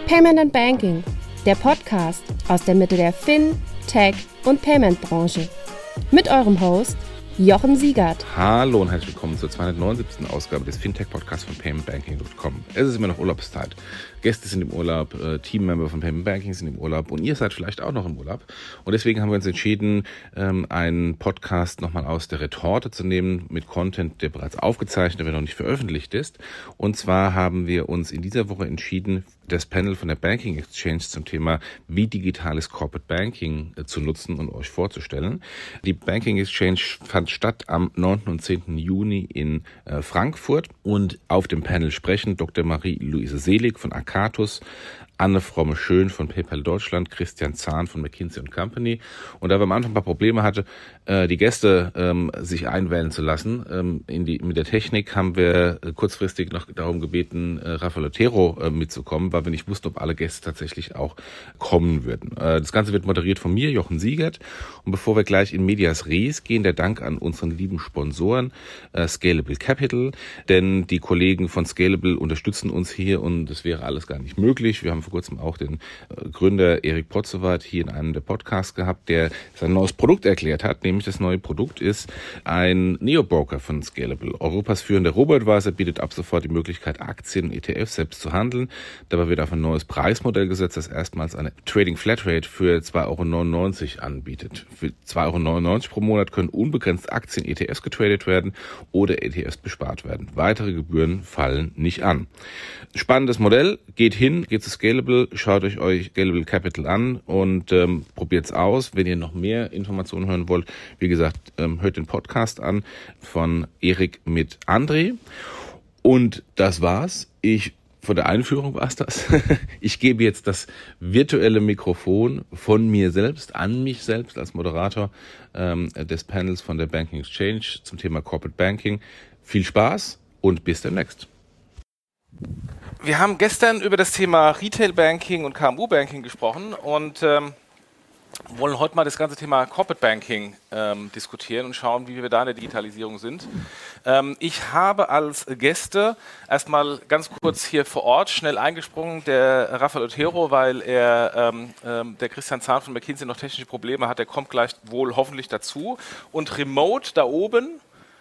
Payment and Banking, der Podcast aus der Mitte der Fin-, Tech- und Payment-Branche. Mit eurem Host Jochen Siegert. Hallo und herzlich willkommen zur 279. Ausgabe des Fintech-Podcasts von paymentbanking.com. Es ist immer noch Urlaubszeit. Gäste sind im Urlaub, Teammember von Payment Banking sind im Urlaub und ihr seid vielleicht auch noch im Urlaub. Und deswegen haben wir uns entschieden, einen Podcast nochmal aus der Retorte zu nehmen mit Content, der bereits aufgezeichnet, aber noch nicht veröffentlicht ist. Und zwar haben wir uns in dieser Woche entschieden, das Panel von der Banking Exchange zum Thema wie digitales Corporate Banking zu nutzen und euch vorzustellen. Die Banking Exchange fand statt am 9. und 10. Juni in Frankfurt und auf dem Panel sprechen Dr. Marie-Louise Selig von Akatus, Anne Fromme-Schön von PayPal Deutschland, Christian Zahn von McKinsey & Company. Und da wir am Anfang ein paar Probleme hatten, die Gäste sich einwählen zu lassen mit der Technik, haben wir kurzfristig noch darum gebeten, Rafael Otero mitzukommen, weil wir nicht wussten, ob alle Gäste tatsächlich auch kommen würden. Das Ganze wird moderiert von mir, Jochen Siegert. Und bevor wir gleich in Medias Res gehen, der Dank an unseren lieben Sponsoren Scalable Capital, denn die Kollegen von Scalable unterstützen uns hier und es wäre alles gar nicht möglich. Wir haben vor kurzem auch den Gründer Erik Potzewart hier in einem der Podcasts gehabt, der sein neues Produkt erklärt hat, nämlich das neue Produkt ist ein Neo-Broker von Scalable. Europas führender Robo-Advisor bietet ab sofort die Möglichkeit, Aktien und ETFs selbst zu handeln. Dabei wird auf ein neues Preismodell gesetzt, das erstmals eine Trading Flatrate für 2,99 € anbietet. Für 2,99 € pro Monat können unbegrenzt Aktien, ETFs getradet werden oder ETFs bespart werden. Weitere Gebühren fallen nicht an. Spannendes Modell. Geht zu Scalable, schaut euch Scalable Capital an und probiert's aus. Wenn ihr noch mehr Informationen hören wollt, wie gesagt, hört den Podcast an von Erik mit André. Und das war's. Von der Einführung war es das. Ich gebe jetzt das virtuelle Mikrofon von mir selbst an mich selbst als Moderator des Panels von der Banking Exchange zum Thema Corporate Banking. Viel Spaß und bis demnächst. Wir haben gestern über das Thema Retail Banking und KMU Banking gesprochen und wollen heute mal das ganze Thema Corporate Banking diskutieren und schauen, wie wir da in der Digitalisierung sind. Ich habe als Gäste erstmal ganz kurz hier vor Ort schnell eingesprungen, der Rafael Otero, weil der Christian Zahn von McKinsey noch technische Probleme hat, der kommt gleich wohl hoffentlich dazu. Und remote da oben,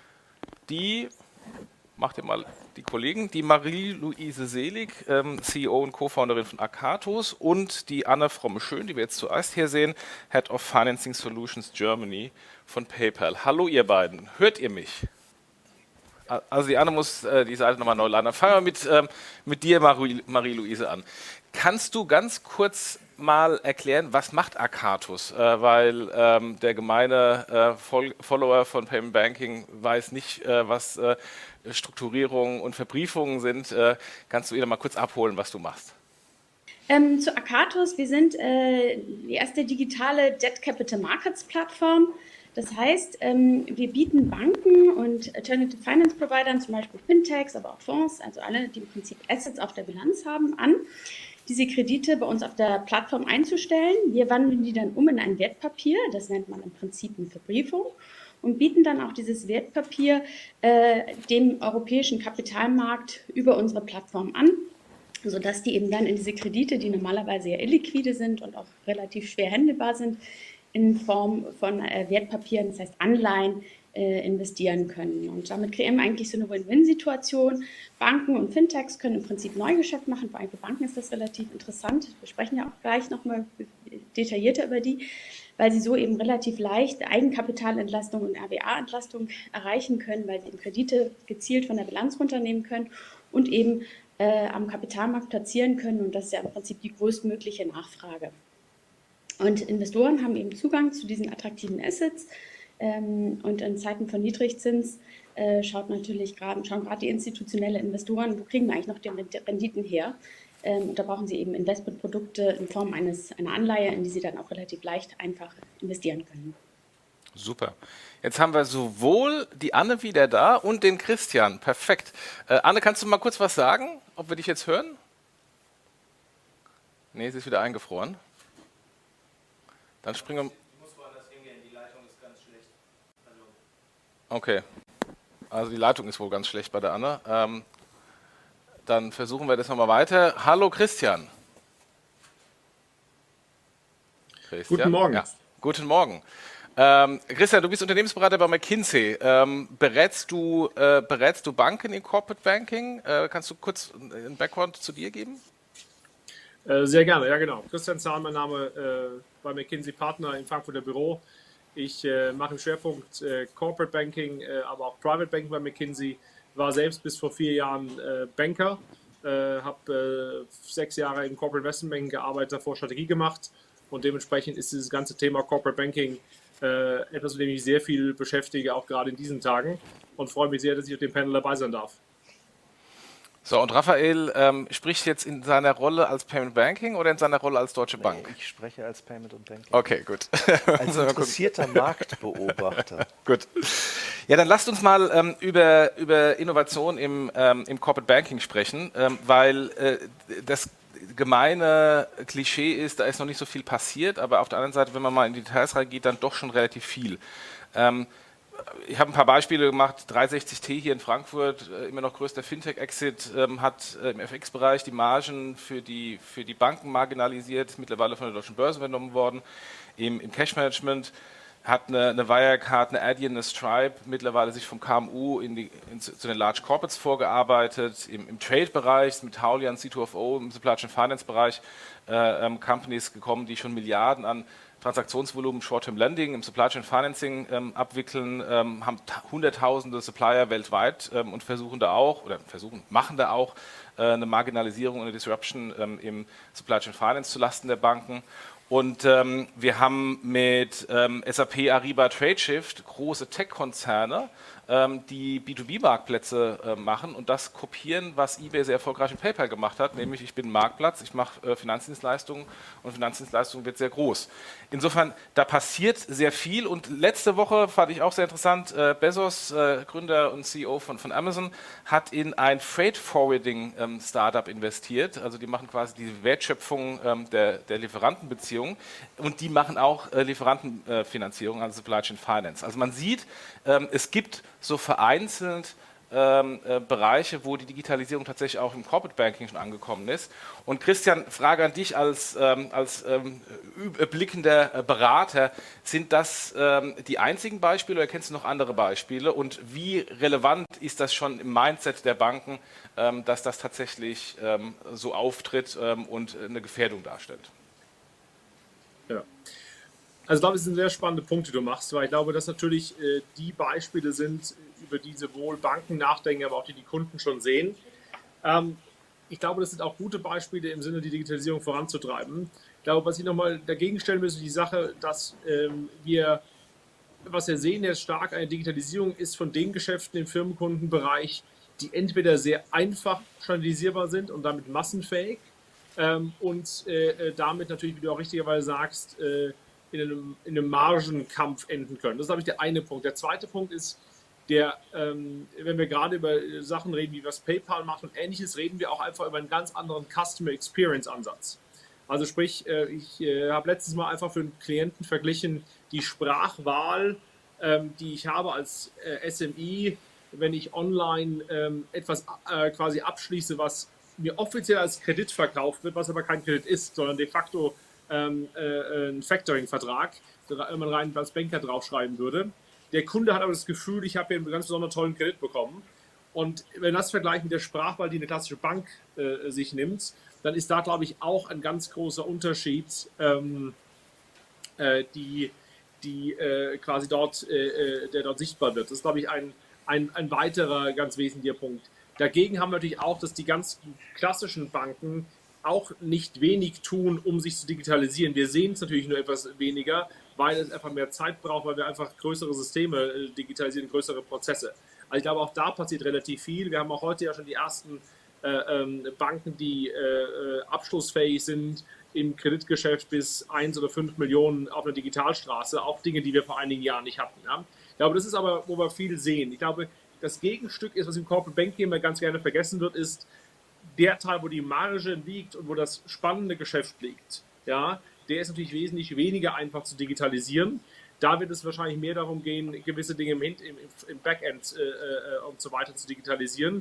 macht ihr mal die Kollegen, die Marie-Louise Selig, CEO und Co-Founderin von Akatus und die Anne Fromme-Schön, die wir jetzt zuerst hier sehen, Head of Financing Solutions Germany von PayPal. Hallo ihr beiden, hört ihr mich? Also die Anne muss die Seite nochmal neu laden. Dann fangen wir mit dir, Marie-Louise, an. Kannst du ganz kurz mal erklären, was macht Akatus? Weil der gemeine Follower von Payment Banking weiß nicht, was Strukturierung und Verbriefungen sind. Kannst du ihr mal kurz abholen, was du machst? Zu Akatus, wir sind die erste digitale Debt Capital Markets Plattform. Das heißt, wir bieten Banken und Alternative Finance Providern, zum Beispiel Fintechs, aber auch Fonds, also alle, die im Prinzip Assets auf der Bilanz haben, an, diese Kredite bei uns auf der Plattform einzustellen. Wir wandeln die dann um in ein Wertpapier, das nennt man im Prinzip eine Verbriefung, und bieten dann auch dieses Wertpapier dem europäischen Kapitalmarkt über unsere Plattform an, sodass die eben dann in diese Kredite, die normalerweise ja illiquide sind und auch relativ schwer handelbar sind, in Form von Wertpapieren, das heißt Anleihen, investieren können. Und damit kreieren wir eigentlich so eine Win-Win-Situation. Banken und Fintechs können im Prinzip Neugeschäft machen. Vor allem für Banken ist das relativ interessant. Wir sprechen ja auch gleich nochmal detaillierter über die, weil sie so eben relativ leicht Eigenkapitalentlastung und RWA-Entlastung erreichen können, weil sie eben Kredite gezielt von der Bilanz runternehmen können und eben am Kapitalmarkt platzieren können. Und das ist ja im Prinzip die größtmögliche Nachfrage. Und Investoren haben eben Zugang zu diesen attraktiven Assets. Und in Zeiten von Niedrigzins schauen gerade die institutionellen Investoren, wo kriegen wir eigentlich noch die Renditen her? Und da brauchen sie eben Investmentprodukte in Form einer Anleihe, in die sie dann auch relativ leicht einfach investieren können. Super. Jetzt haben wir sowohl die Anne wieder da und den Christian. Perfekt. Anne, kannst du mal kurz was sagen, ob wir dich jetzt hören? Nee, sie ist wieder eingefroren. Dann springen wir... Okay, also die Leitung ist wohl ganz schlecht bei der Anne. Dann versuchen wir das nochmal weiter. Hallo Christian. Christian. Guten Morgen. Ja. Guten Morgen. Christian, du bist Unternehmensberater bei McKinsey. Berätst du Banken in Corporate Banking? Kannst du kurz einen Background zu dir geben? Sehr gerne, ja genau. Christian Zahn, mein Name, bei McKinsey Partner im Frankfurter Büro. Ich mache im Schwerpunkt Corporate Banking, aber auch Private Banking bei McKinsey. War selbst bis vor 4 Jahren Banker, habe 6 Jahre im Corporate Investment Banking gearbeitet, davor Strategie gemacht und dementsprechend ist dieses ganze Thema Corporate Banking etwas, mit dem ich sehr viel beschäftige, auch gerade in diesen Tagen und freue mich sehr, dass ich auf dem Panel dabei sein darf. So, und Raphael spricht jetzt in seiner Rolle als Payment Banking oder in seiner Rolle als Deutsche Bank? Ich spreche als Payment und Banking. Okay, gut. Als interessierter Marktbeobachter. Gut. Ja, dann lasst uns mal über Innovation im Corporate Banking sprechen, weil das gemeine Klischee ist, da ist noch nicht so viel passiert, aber auf der anderen Seite, wenn man mal in die Details reingeht, dann doch schon relativ viel. Ich habe ein paar Beispiele gemacht. 360T hier in Frankfurt, immer noch größter Fintech-Exit, hat im FX-Bereich die Margen für die Banken marginalisiert, ist mittlerweile von der Deutschen Börse übernommen worden. Im Cash-Management hat eine Wirecard, eine Adyen, eine Stripe mittlerweile sich vom KMU zu den Large Corporates vorgearbeitet. Im Trade-Bereich mit Haulian, C2FO, im Supply Chain Finance-Bereich Companies gekommen, die schon Milliarden an Transaktionsvolumen Short-Term Lending im Supply Chain Financing abwickeln, haben hunderttausende Supplier weltweit und machen da auch eine Marginalisierung und eine Disruption im Supply Chain Finance zulasten der Banken. Und wir haben mit SAP, Ariba, Tradeshift große Tech-Konzerne, die B2B-Marktplätze machen und das kopieren, was eBay sehr erfolgreich in PayPal gemacht hat, nämlich ich bin ein Marktplatz, ich mache Finanzdienstleistungen und Finanzdienstleistungen wird sehr groß. Insofern, da passiert sehr viel und letzte Woche fand ich auch sehr interessant, Bezos, Gründer und CEO von Amazon, hat in ein Freight Forwarding Startup investiert, also die machen quasi die Wertschöpfung der Lieferantenbeziehungen und die machen auch Lieferantenfinanzierung, also Supply Chain Finance. Also man sieht, es gibt so vereinzelt Bereiche, wo die Digitalisierung tatsächlich auch im Corporate Banking schon angekommen ist. Und Christian, Frage an dich als überblickender Berater, sind das die einzigen Beispiele oder kennst du noch andere Beispiele? Und wie relevant ist das schon im Mindset der Banken, dass das tatsächlich so auftritt und eine Gefährdung darstellt? Ja. Also ich glaube, es sind sehr spannende Punkte, die du machst, weil ich glaube, dass natürlich die Beispiele sind, über die sowohl Banken nachdenken, aber auch die Kunden schon sehen. Ich glaube, das sind auch gute Beispiele im Sinne, die Digitalisierung voranzutreiben. Ich glaube, was ich nochmal dagegen stellen müssen, die Sache, dass was wir sehen jetzt stark an der Digitalisierung ist von den Geschäften im Firmenkundenbereich, die entweder sehr einfach standardisierbar sind und damit massenfähig und damit natürlich, wie du auch richtigerweise sagst, in einem Margenkampf enden können. Das ist, glaube ich, der eine Punkt. Der zweite Punkt ist, wenn wir gerade über Sachen reden, wie was PayPal macht und Ähnliches, reden wir auch einfach über einen ganz anderen Customer Experience Ansatz. Also sprich, ich habe letztens mal einfach für einen Klienten verglichen, die Sprachwahl, die ich habe als SMI, wenn ich online etwas quasi abschließe, was mir offiziell als Kredit verkauft wird, was aber kein Kredit ist, sondern de facto ein Factoring-Vertrag, wenn man rein als Banker draufschreiben würde. Der Kunde hat aber das Gefühl, ich habe hier einen ganz besonders tollen Kredit bekommen. Und wenn das vergleicht mit der Sprachwahl, die eine klassische Bank sich nimmt, dann ist da, glaube ich, auch ein ganz großer Unterschied, quasi dort, der dort sichtbar wird. Das ist, glaube ich, ein weiterer ganz wesentlicher Punkt. Dagegen haben wir natürlich auch, dass die ganz klassischen Banken auch nicht wenig tun, um sich zu digitalisieren. Wir sehen es natürlich nur etwas weniger, weil es einfach mehr Zeit braucht, weil wir einfach größere Systeme digitalisieren, größere Prozesse. Also ich glaube, auch da passiert relativ viel. Wir haben auch heute ja schon die ersten Banken, die abschlussfähig sind im Kreditgeschäft bis 1 oder 5 Millionen auf einer Digitalstraße. Auch Dinge, die wir vor einigen Jahren nicht hatten. Ja? Ich glaube, das ist aber, wo wir viel sehen. Ich glaube, das Gegenstück ist, was im Corporate Banking immer ganz gerne vergessen wird, ist der Teil, wo die Marge liegt und wo das spannende Geschäft liegt. Ja, der ist natürlich wesentlich weniger einfach zu digitalisieren. Da wird es wahrscheinlich mehr darum gehen, gewisse Dinge im Backend und so weiter zu digitalisieren.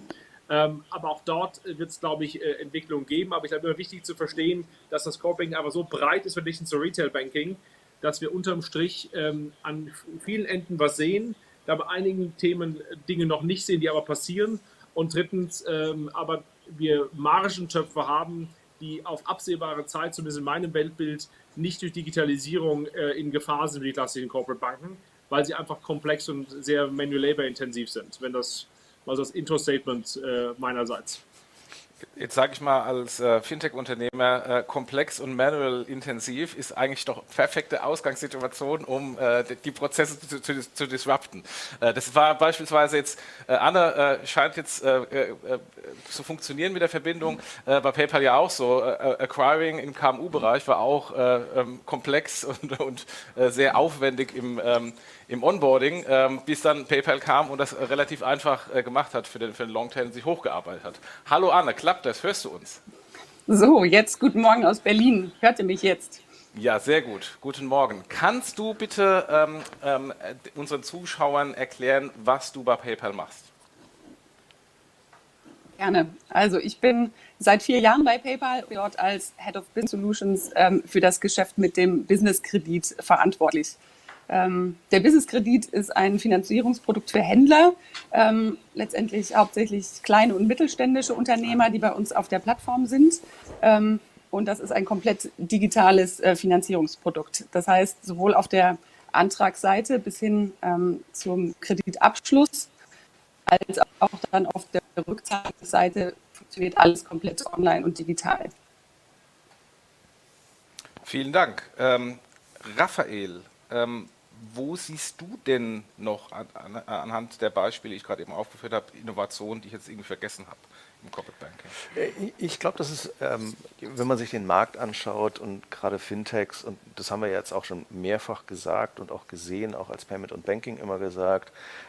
Aber auch dort wird es, glaube ich, Entwicklungen geben. Aber ich glaube, immer wichtig zu verstehen, dass das Core Banking aber so breit ist verglichen zu Retail Banking, dass wir unterm Strich an vielen Enden was sehen, da bei einigen Themen Dinge noch nicht sehen, die aber passieren. Und drittens, aber wir Margentöpfe haben, die auf absehbare Zeit, zumindest in meinem Weltbild, nicht durch Digitalisierung in Gefahr sind wie die klassischen Corporate Banken, weil sie einfach komplex und sehr manual labor intensiv sind. Wenn das mal so das Intro-Statement meinerseits. Jetzt sage ich mal als Fintech-Unternehmer, komplex und manual intensiv ist eigentlich doch perfekte Ausgangssituation, um die Prozesse zu disrupten. Das war beispielsweise jetzt, Anne scheint jetzt zu funktionieren mit der Verbindung, bei PayPal ja auch so. Acquiring im KMU-Bereich war auch komplex und sehr aufwendig im Onboarding, bis dann PayPal kam und das relativ einfach gemacht hat für den Longtail und sich hochgearbeitet hat. Hallo Anne, klappt das? Hörst du uns? So, jetzt guten Morgen aus Berlin. Hört ihr mich jetzt? Ja, sehr gut. Guten Morgen. Kannst du bitte unseren Zuschauern erklären, was du bei PayPal machst? Gerne. Also ich bin seit 4 Jahren bei PayPal, dort als Head of Business Solutions für das Geschäft mit dem Business-Kredit verantwortlich. Der Business-Kredit ist ein Finanzierungsprodukt für Händler, letztendlich hauptsächlich kleine und mittelständische Unternehmer, die bei uns auf der Plattform sind. Und das ist ein komplett digitales Finanzierungsprodukt. Das heißt, sowohl auf der Antragsseite bis hin zum Kreditabschluss als auch dann auf der Rückzahlungsseite funktioniert alles komplett online und digital. Vielen Dank. Raphael, wo siehst du denn noch anhand der Beispiele, die ich gerade eben aufgeführt habe, Innovationen, die ich jetzt irgendwie vergessen habe im Corporate Banking? Ich glaube, das ist, wenn man sich den Markt anschaut und gerade Fintechs, und das haben wir jetzt auch schon mehrfach gesagt und auch gesehen, auch als Payment und Banking immer gesagt,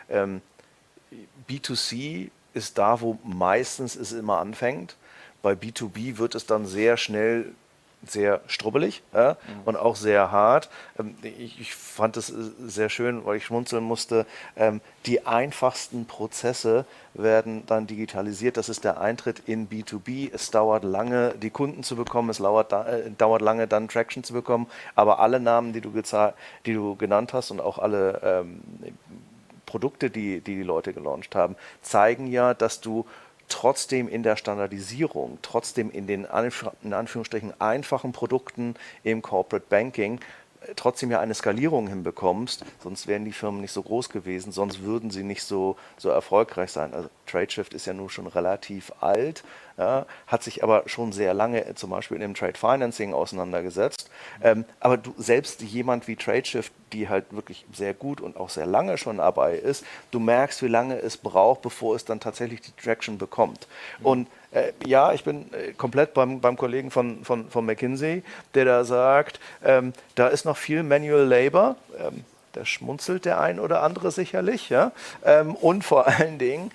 B2C ist da, wo meistens es immer anfängt. Bei B2B wird es dann sehr schnell sehr strubbelig und auch sehr hart. Ich fand es sehr schön, weil ich schmunzeln musste. Die einfachsten Prozesse werden dann digitalisiert. Das ist der Eintritt in B2B. Es dauert lange, die Kunden zu bekommen. Es dauert lange, dann Traction zu bekommen. Aber alle Namen, die du genannt hast und auch alle Produkte, die Leute gelauncht haben, zeigen ja, dass du trotzdem in der Standardisierung, trotzdem in den in Anführungsstrichen einfachen Produkten im Corporate Banking trotzdem ja eine Skalierung hinbekommst, sonst wären die Firmen nicht so groß gewesen, sonst würden sie nicht so erfolgreich sein. Also Tradeshift ist ja nun schon relativ alt, ja, hat sich aber schon sehr lange zum Beispiel in dem Trade Financing auseinandergesetzt. Aber selbst jemand wie Tradeshift, die halt wirklich sehr gut und auch sehr lange schon dabei ist, du merkst, wie lange es braucht, bevor es dann tatsächlich die Traction bekommt. Und ja, ich bin komplett beim Kollegen von McKinsey, der da sagt, da ist noch viel Manual Labor. Da schmunzelt der ein oder andere sicherlich. Ja? Und vor allen Dingen,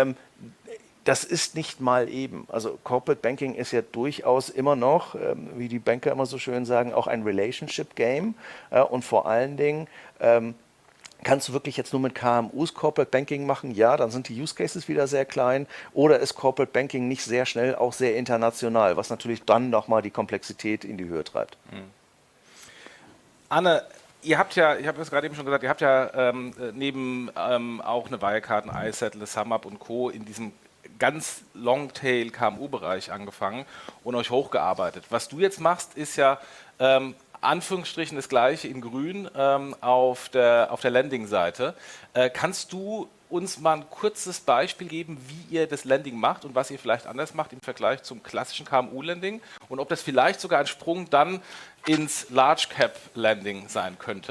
das ist nicht mal eben. Also Corporate Banking ist ja durchaus immer noch, wie die Banker immer so schön sagen, auch ein Relationship Game. Und vor allen Dingen kannst du wirklich jetzt nur mit KMUs Corporate Banking machen? Ja, dann sind die Use Cases wieder sehr klein. Oder ist Corporate Banking nicht sehr schnell auch sehr international, was natürlich dann nochmal die Komplexität in die Höhe treibt? Anne, ihr habt ja, ich habe es gerade eben schon gesagt, ihr habt ja neben auch eine Wirecard, ein iSettle, eine SumUp und Co. in diesem ganz Longtail KMU-Bereich angefangen und euch hochgearbeitet. Was du jetzt machst, ist ja Anführungsstrichen das gleiche in grün auf der Landing-Seite. Kannst du uns mal ein kurzes Beispiel geben, wie ihr das Landing macht und was ihr vielleicht anders macht im Vergleich zum klassischen KMU-Landing und ob das vielleicht sogar ein Sprung dann ins Large-Cap-Landing sein könnte?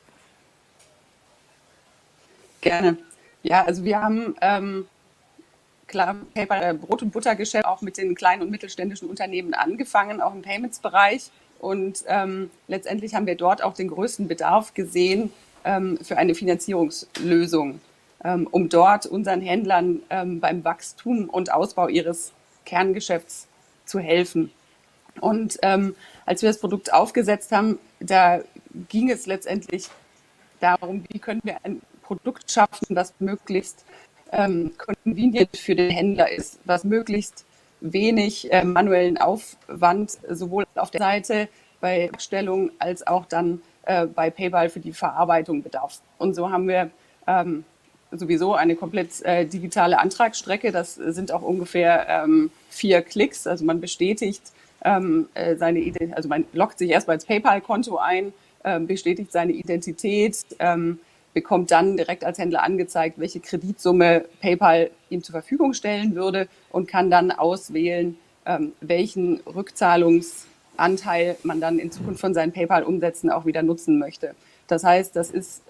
Gerne. Ja, also wir haben klar PayPal Brot- und Buttergeschäft auch mit den kleinen und mittelständischen Unternehmen angefangen, auch im Payments-Bereich. Und letztendlich haben wir dort auch den größten Bedarf gesehen für eine Finanzierungslösung, um dort unseren Händlern beim Wachstum und Ausbau ihres Kerngeschäfts zu helfen. Und als wir das Produkt aufgesetzt haben, da ging es letztendlich darum, wie können wir ein Produkt schaffen, das möglichst convenient für den Händler ist, was möglichst wenig manuellen Aufwand sowohl auf der Seite bei Bestellung als auch dann bei PayPal für die Verarbeitung bedarf. Und so haben wir sowieso eine komplett digitale Antragsstrecke. Das sind auch ungefähr 4 Klicks. Also man bestätigt seine Identität, also man loggt sich erstmal ins PayPal-Konto ein, bestätigt seine Identität, bekommt dann direkt als Händler angezeigt, welche Kreditsumme PayPal ihm zur Verfügung stellen würde und kann dann auswählen, welchen Rückzahlungsanteil man dann in Zukunft von seinen PayPal-Umsätzen auch wieder nutzen möchte. Das heißt, das ist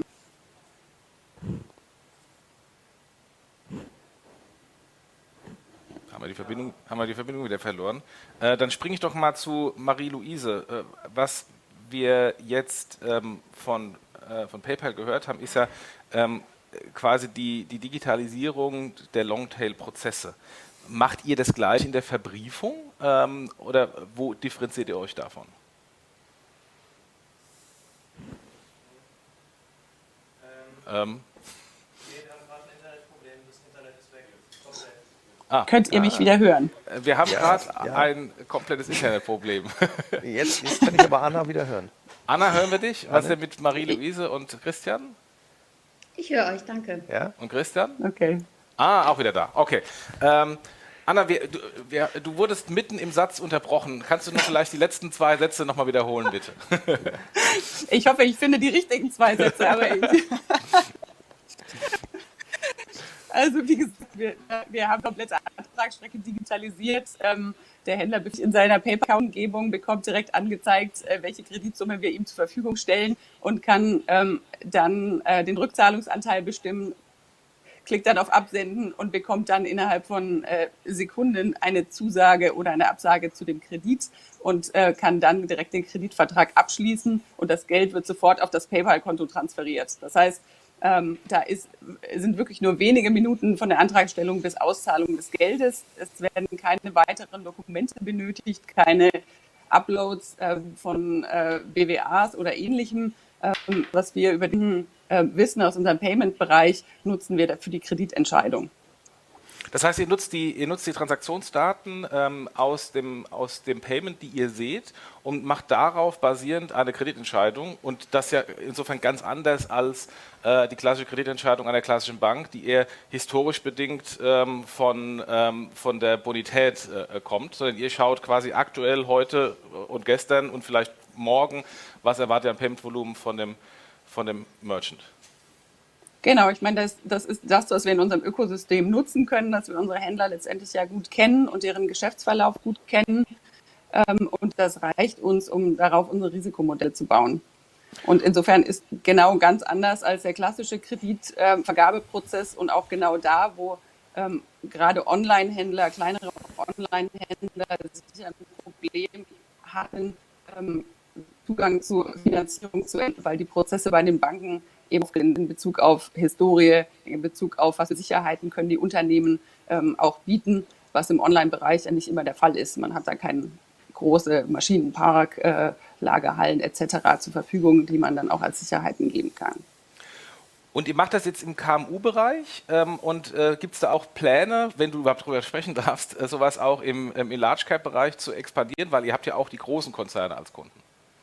Haben wir die Verbindung wieder verloren. Dann springe ich doch mal zu Marie-Louise. Was wir jetzt von PayPal gehört haben, ist ja quasi die Digitalisierung der Longtail-Prozesse. Macht ihr das gleich in der Verbriefung oder wo differenziert ihr euch davon? Könnt ihr mich wieder hören? Wir haben gerade ein komplettes Internetproblem. Jetzt kann ich aber Anna wieder hören. Anna, hören wir dich? Was ist denn mit Marie-Louise und Christian? Ich höre euch, danke. Ja? Und Christian? Okay. Auch wieder da. Okay. Anna, du wurdest mitten im Satz unterbrochen. Kannst du nur vielleicht die letzten 2 Sätze nochmal wiederholen, bitte? Ich hoffe, ich finde die richtigen 2 Sätze, aber also wie gesagt, wir haben komplette Antragsstrecke digitalisiert. Der Händler in seiner PayPal-Umgebung bekommt direkt angezeigt, welche Kreditsumme wir ihm zur Verfügung stellen und kann dann den Rückzahlungsanteil bestimmen, klickt dann auf Absenden und bekommt dann innerhalb von Sekunden eine Zusage oder eine Absage zu dem Kredit und kann dann direkt den Kreditvertrag abschließen und das Geld wird sofort auf das PayPal-Konto transferiert. Das heißt, sind wirklich nur wenige Minuten von der Antragstellung bis Auszahlung des Geldes. Es werden keine weiteren Dokumente benötigt, keine Uploads von BWAs oder Ähnlichem. Was wir über den Wissen aus unserem Payment-Bereich nutzen wir für die Kreditentscheidung. Das heißt, ihr nutzt die Transaktionsdaten aus dem Payment, die ihr seht, und macht darauf basierend eine Kreditentscheidung. Und das ja insofern ganz anders als die klassische Kreditentscheidung einer klassischen Bank, die eher historisch bedingt von der Bonität kommt, sondern ihr schaut quasi aktuell heute und gestern und vielleicht morgen, was erwartet ihr an Payment-Volumen von dem Merchant. Genau, ich meine, das ist das, was wir in unserem Ökosystem nutzen können, dass wir unsere Händler letztendlich ja gut kennen und deren Geschäftsverlauf gut kennen. Und das reicht uns, um darauf unsere Risikomodelle zu bauen. Und insofern ist genau ganz anders als der klassische Kreditvergabeprozess und auch genau da, wo gerade Online-Händler, kleinere Online-Händler sicher ein Problem hatten, Zugang zu Finanzierung zu enden, weil die Prozesse bei den Banken eben in Bezug auf Historie, in Bezug auf was für Sicherheiten können die Unternehmen auch bieten, was im Online-Bereich ja nicht immer der Fall ist. Man hat da keinen große Maschinenpark, Lagerhallen etc. zur Verfügung, die man dann auch als Sicherheiten geben kann. Und ihr macht das jetzt im KMU-Bereich und gibt es da auch Pläne, wenn du überhaupt darüber sprechen darfst, sowas auch im Large-Cap-Bereich zu expandieren, weil ihr habt ja auch die großen Konzerne als Kunden.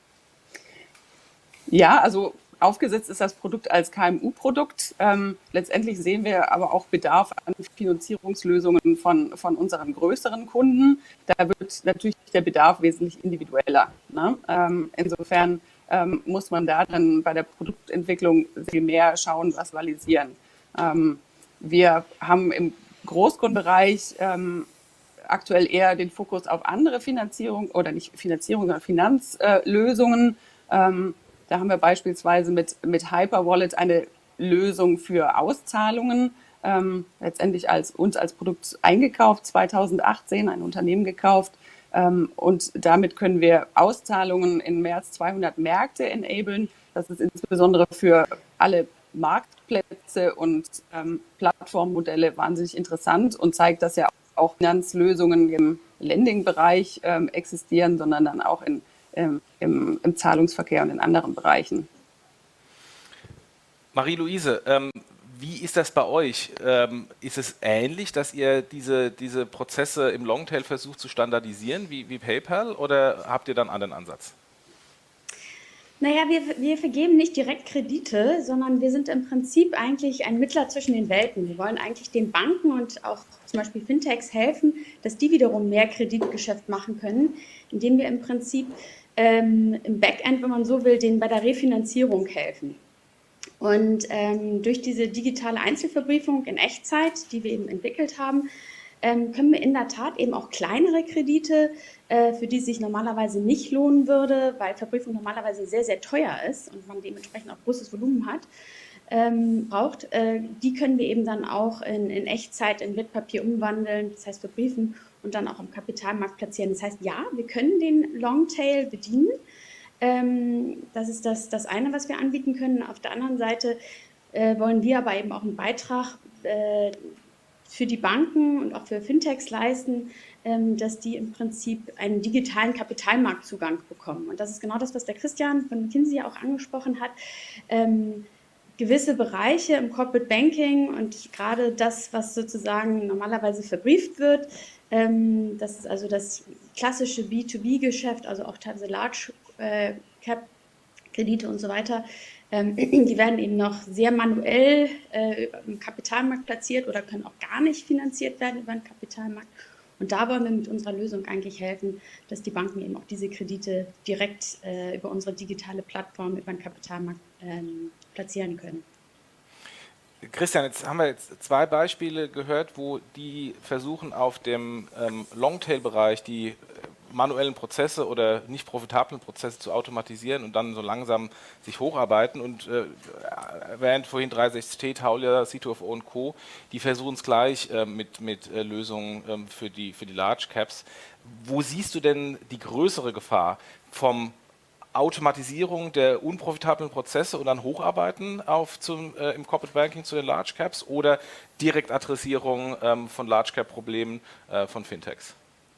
Ja, also aufgesetzt ist das Produkt als KMU-Produkt. Letztendlich sehen wir aber auch Bedarf an Finanzierungslösungen von unseren größeren Kunden. Da wird natürlich der Bedarf wesentlich individueller, ne? Insofern muss man da dann bei der Produktentwicklung viel mehr schauen, was valisieren. Wir haben im Großkundenbereich aktuell eher den Fokus auf andere Finanzierung oder nicht Finanzierung, sondern Finanzlösungen. Da haben wir beispielsweise mit Hyperwallet eine Lösung für Auszahlungen, letztendlich uns als Produkt eingekauft, 2018 ein Unternehmen gekauft. Und damit können wir Auszahlungen in mehr als 200 Märkte enablen. Das ist insbesondere für alle Marktplätze und Plattformmodelle wahnsinnig interessant und zeigt, dass ja auch Finanzlösungen im Lending-Bereich existieren, sondern dann auch im Zahlungsverkehr und in anderen Bereichen. Marie-Louise, Wie ist das bei euch? Ist es ähnlich, dass ihr diese Prozesse im Longtail versucht zu standardisieren wie PayPal oder habt ihr dann einen anderen Ansatz? Naja, wir vergeben nicht direkt Kredite, sondern wir sind im Prinzip eigentlich ein Mittler zwischen den Welten. Wir wollen eigentlich den Banken und auch zum Beispiel Fintechs helfen, dass die wiederum mehr Kreditgeschäft machen können, indem wir im Prinzip im Backend, wenn man so will, denen bei der Refinanzierung helfen. Und durch diese digitale Einzelverbriefung in Echtzeit, die wir eben entwickelt haben, können wir in der Tat eben auch kleinere Kredite, für die es sich normalerweise nicht lohnen würde, weil Verbriefung normalerweise sehr, sehr teuer ist und man dementsprechend auch großes Volumen hat, braucht, die können wir eben dann auch in Echtzeit in Wertpapier umwandeln, das heißt verbriefen und dann auch am Kapitalmarkt platzieren. Das heißt, ja, wir können den Longtail bedienen. Das ist das eine, was wir anbieten können. Auf der anderen Seite wollen wir aber eben auch einen Beitrag für die Banken und auch für Fintechs leisten, dass die im Prinzip einen digitalen Kapitalmarktzugang bekommen. Und das ist genau das, was der Christian von McKinsey auch angesprochen hat. Gewisse Bereiche im Corporate Banking und gerade das, was sozusagen normalerweise verbrieft wird, das ist also das klassische B2B-Geschäft, also auch teilweise Large Cap Kredite und so weiter, die werden eben noch sehr manuell im Kapitalmarkt platziert oder können auch gar nicht finanziert werden über den Kapitalmarkt. Und da wollen wir mit unserer Lösung eigentlich helfen, dass die Banken eben auch diese Kredite direkt über unsere digitale Plattform, über den Kapitalmarkt platzieren können. Christian, jetzt haben wir zwei Beispiele gehört, wo die versuchen, auf dem Longtail-Bereich die manuellen Prozesse oder nicht profitablen Prozesse zu automatisieren und dann so langsam sich hocharbeiten. Und erwähnt vorhin 360T, Taulia, C2FO und Co., die versuchen es gleich mit Lösungen für die Large Caps. Wo siehst du denn die größere Gefahr vom Automatisierung der unprofitablen Prozesse und dann Hocharbeiten im Corporate Banking zu den Large Caps oder Direktadressierung von Large Cap Problemen von Fintechs?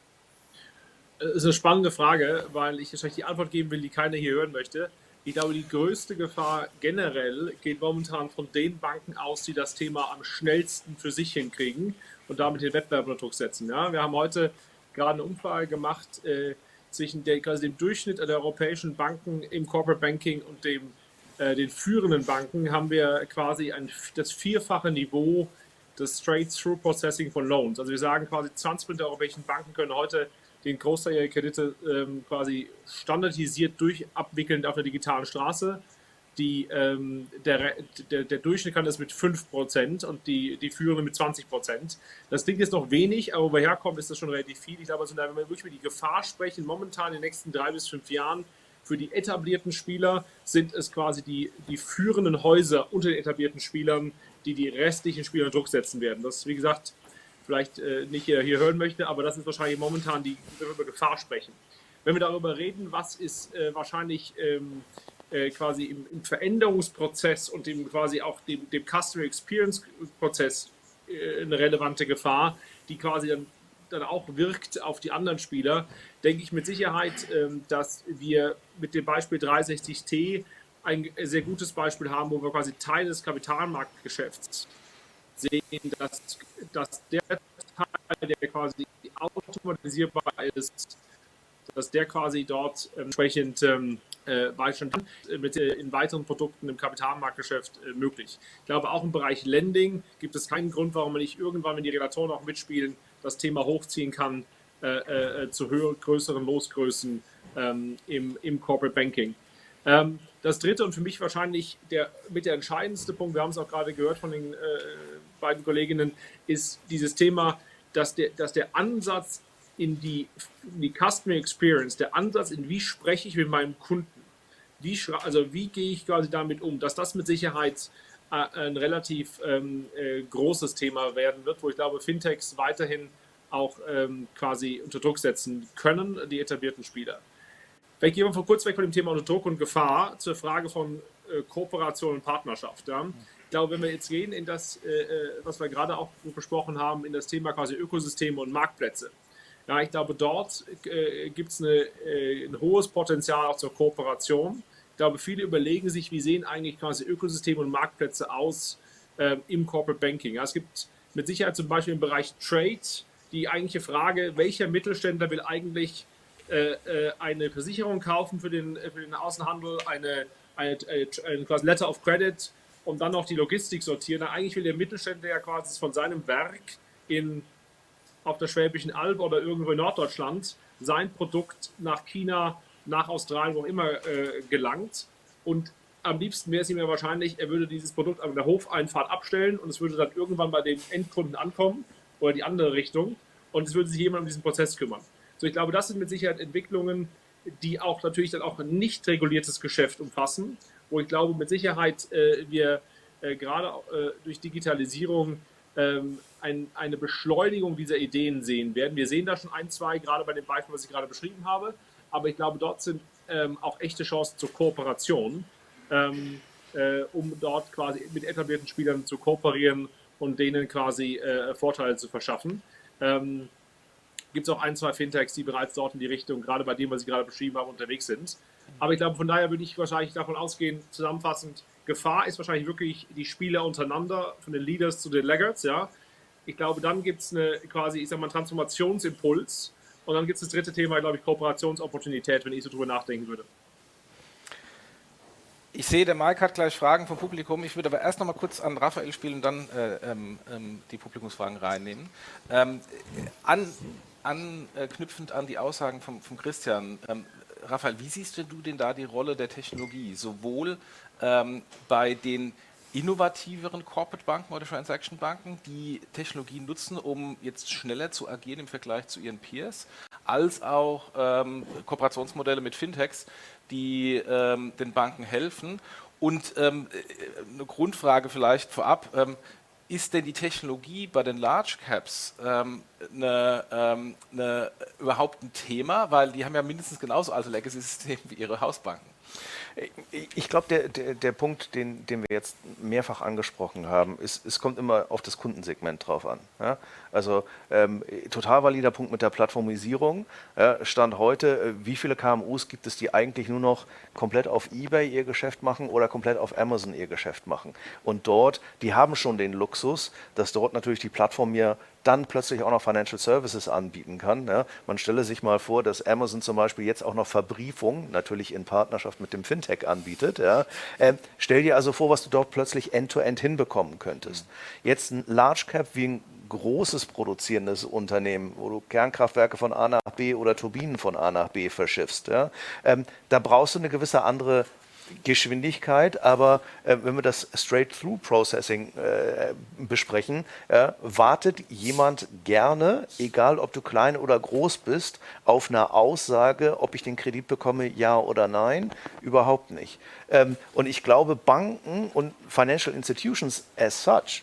Das ist eine spannende Frage, weil ich wahrscheinlich die Antwort geben will, die keiner hier hören möchte. Ich glaube, die größte Gefahr generell geht momentan von den Banken aus, die das Thema am schnellsten für sich hinkriegen und damit den Wettbewerb unter Druck setzen. Ja, wir haben heute gerade eine Umfrage gemacht zwischen quasi dem Durchschnitt der europäischen Banken im Corporate Banking und den führenden Banken haben wir quasi das vierfache Niveau des Straight-Through-Processing von Loans. Also wir sagen quasi 20% der europäischen Banken können heute den Großteil ihrer Kredite quasi standardisiert abwickeln auf der digitalen Straße. Der Durchschnitt kann das mit 5% und die führende mit 20%. Das klingt jetzt noch wenig, aber wo wir herkommen, ist das schon relativ viel. Ich glaube, also, wenn wir wirklich über die Gefahr sprechen, momentan in den nächsten 3 bis 5 Jahren, für die etablierten Spieler sind es quasi die führenden Häuser unter den etablierten Spielern, die restlichen Spieler unter Druck setzen werden. Das, wie gesagt, vielleicht nicht jeder hier hören möchte, aber das ist wahrscheinlich momentan wenn wir über Gefahr sprechen. Wenn wir darüber reden, was ist wahrscheinlich quasi im Veränderungsprozess und quasi auch dem Customer Experience Prozess eine relevante Gefahr, die quasi dann auch wirkt auf die anderen Spieler, denke ich mit Sicherheit, dass wir mit dem Beispiel 360T ein sehr gutes Beispiel haben, wo wir quasi Teil des Kapitalmarktgeschäfts sehen, dass der Teil, der quasi automatisierbar ist, dass der quasi dort entsprechend in weiteren Produkten im Kapitalmarktgeschäft möglich. Ich glaube, auch im Bereich Lending gibt es keinen Grund, warum man nicht irgendwann, wenn die Regulatoren auch mitspielen, das Thema hochziehen kann zu größeren Losgrößen im Corporate Banking. Das dritte und für mich wahrscheinlich der entscheidendste Punkt, wir haben es auch gerade gehört von den beiden Kolleginnen, ist dieses Thema, dass der Ansatz in die Customer Experience, der Ansatz in wie spreche ich mit meinem Kunden, wie gehe ich quasi damit um, dass das mit Sicherheit ein relativ großes Thema werden wird, wo ich glaube, Fintechs weiterhin auch quasi unter Druck setzen können, die etablierten Spieler. Vielleicht gehen wir kurz weg von dem Thema unter Druck und Gefahr zur Frage von Kooperation und Partnerschaft. Ja. Ich glaube, wenn wir jetzt gehen in das, was wir gerade auch besprochen haben, in das Thema quasi Ökosysteme und Marktplätze. Ja, ich glaube, dort gibt es ein hohes Potenzial auch zur Kooperation. Ich glaube, viele überlegen sich, wie sehen eigentlich quasi Ökosysteme und Marktplätze aus, im Corporate Banking. Ja, es gibt mit Sicherheit zum Beispiel im Bereich Trade die eigentliche Frage, welcher Mittelständler will eigentlich eine Versicherung kaufen für den Außenhandel, eine quasi Letter of Credit und dann noch die Logistik sortieren. Na, eigentlich will der Mittelständler ja quasi von seinem Werk auf der Schwäbischen Alb oder irgendwo in Norddeutschland sein Produkt nach China, nach Australien, wo auch immer gelangt. Und am liebsten wäre es ihm ja wahrscheinlich, er würde dieses Produkt an der Hofeinfahrt abstellen und es würde dann irgendwann bei dem Endkunden ankommen oder die andere Richtung und es würde sich jemand um diesen Prozess kümmern. So, ich glaube, das sind mit Sicherheit Entwicklungen, die auch natürlich dann auch ein nicht reguliertes Geschäft umfassen, wo ich glaube, mit Sicherheit wir gerade durch Digitalisierung eine Beschleunigung dieser Ideen sehen werden. Wir sehen da schon ein, zwei, gerade bei dem Beispiel, was ich gerade beschrieben habe, aber ich glaube, dort sind auch echte Chancen zur Kooperation, um dort quasi mit etablierten Spielern zu kooperieren und denen quasi Vorteile zu verschaffen. Gibt es auch ein, zwei Fintechs, die bereits dort in die Richtung, gerade bei dem, was ich gerade beschrieben habe, unterwegs sind. Aber ich glaube, von daher würde ich wahrscheinlich davon ausgehen, zusammenfassend, Gefahr ist wahrscheinlich wirklich die Spieler untereinander, von den Leaders zu den Laggards, ja. Ich glaube, dann gibt es quasi, ich sag mal, einen Transformationsimpuls und dann gibt es das dritte Thema, glaube ich, Kooperationsopportunität, wenn ich so drüber nachdenken würde. Ich sehe, der Mike hat gleich Fragen vom Publikum. Ich würde aber erst noch mal kurz an Raphael spielen und dann die Publikumsfragen reinnehmen. Anknüpfend an die Aussagen vom Christian. Raphael, wie siehst du denn da die Rolle der Technologie? Sowohl bei den innovativeren Corporate Banken oder Transaction Banken, die Technologie nutzen, um jetzt schneller zu agieren im Vergleich zu ihren Peers, als auch Kooperationsmodelle mit Fintechs, die den Banken helfen. Und eine Grundfrage vielleicht vorab, ist denn die Technologie bei den Large Caps überhaupt ein Thema? Weil die haben ja mindestens genauso alte Legacy-Systeme wie ihre Hausbanken. Ich glaube, der Punkt, den wir jetzt mehrfach angesprochen haben, ist, es kommt immer auf das Kundensegment drauf an. Ja? Also total valider Punkt mit der Plattformisierung. Ja, Stand heute, wie viele KMUs gibt es, die eigentlich nur noch komplett auf eBay ihr Geschäft machen oder komplett auf Amazon ihr Geschäft machen? Und dort, die haben schon den Luxus, dass dort natürlich die Plattform mir dann plötzlich auch noch Financial Services anbieten kann. Ja. Man stelle sich mal vor, dass Amazon zum Beispiel jetzt auch noch Verbriefung, natürlich in Partnerschaft mit dem Fintech anbietet. Ja. Stell dir also vor, was du dort plötzlich end-to-end hinbekommen könntest. Jetzt ein Large Cap wie ein großes produzierendes Unternehmen, wo du Kernkraftwerke von A nach B oder Turbinen von A nach B verschiffst. Ja. Da brauchst du eine gewisse andere Geschwindigkeit, aber wenn wir das Straight-Through-Processing besprechen, wartet jemand gerne, egal ob du klein oder groß bist, auf eine Aussage, ob ich den Kredit bekomme, ja oder nein, überhaupt nicht. Und ich glaube, Banken und Financial Institutions as such,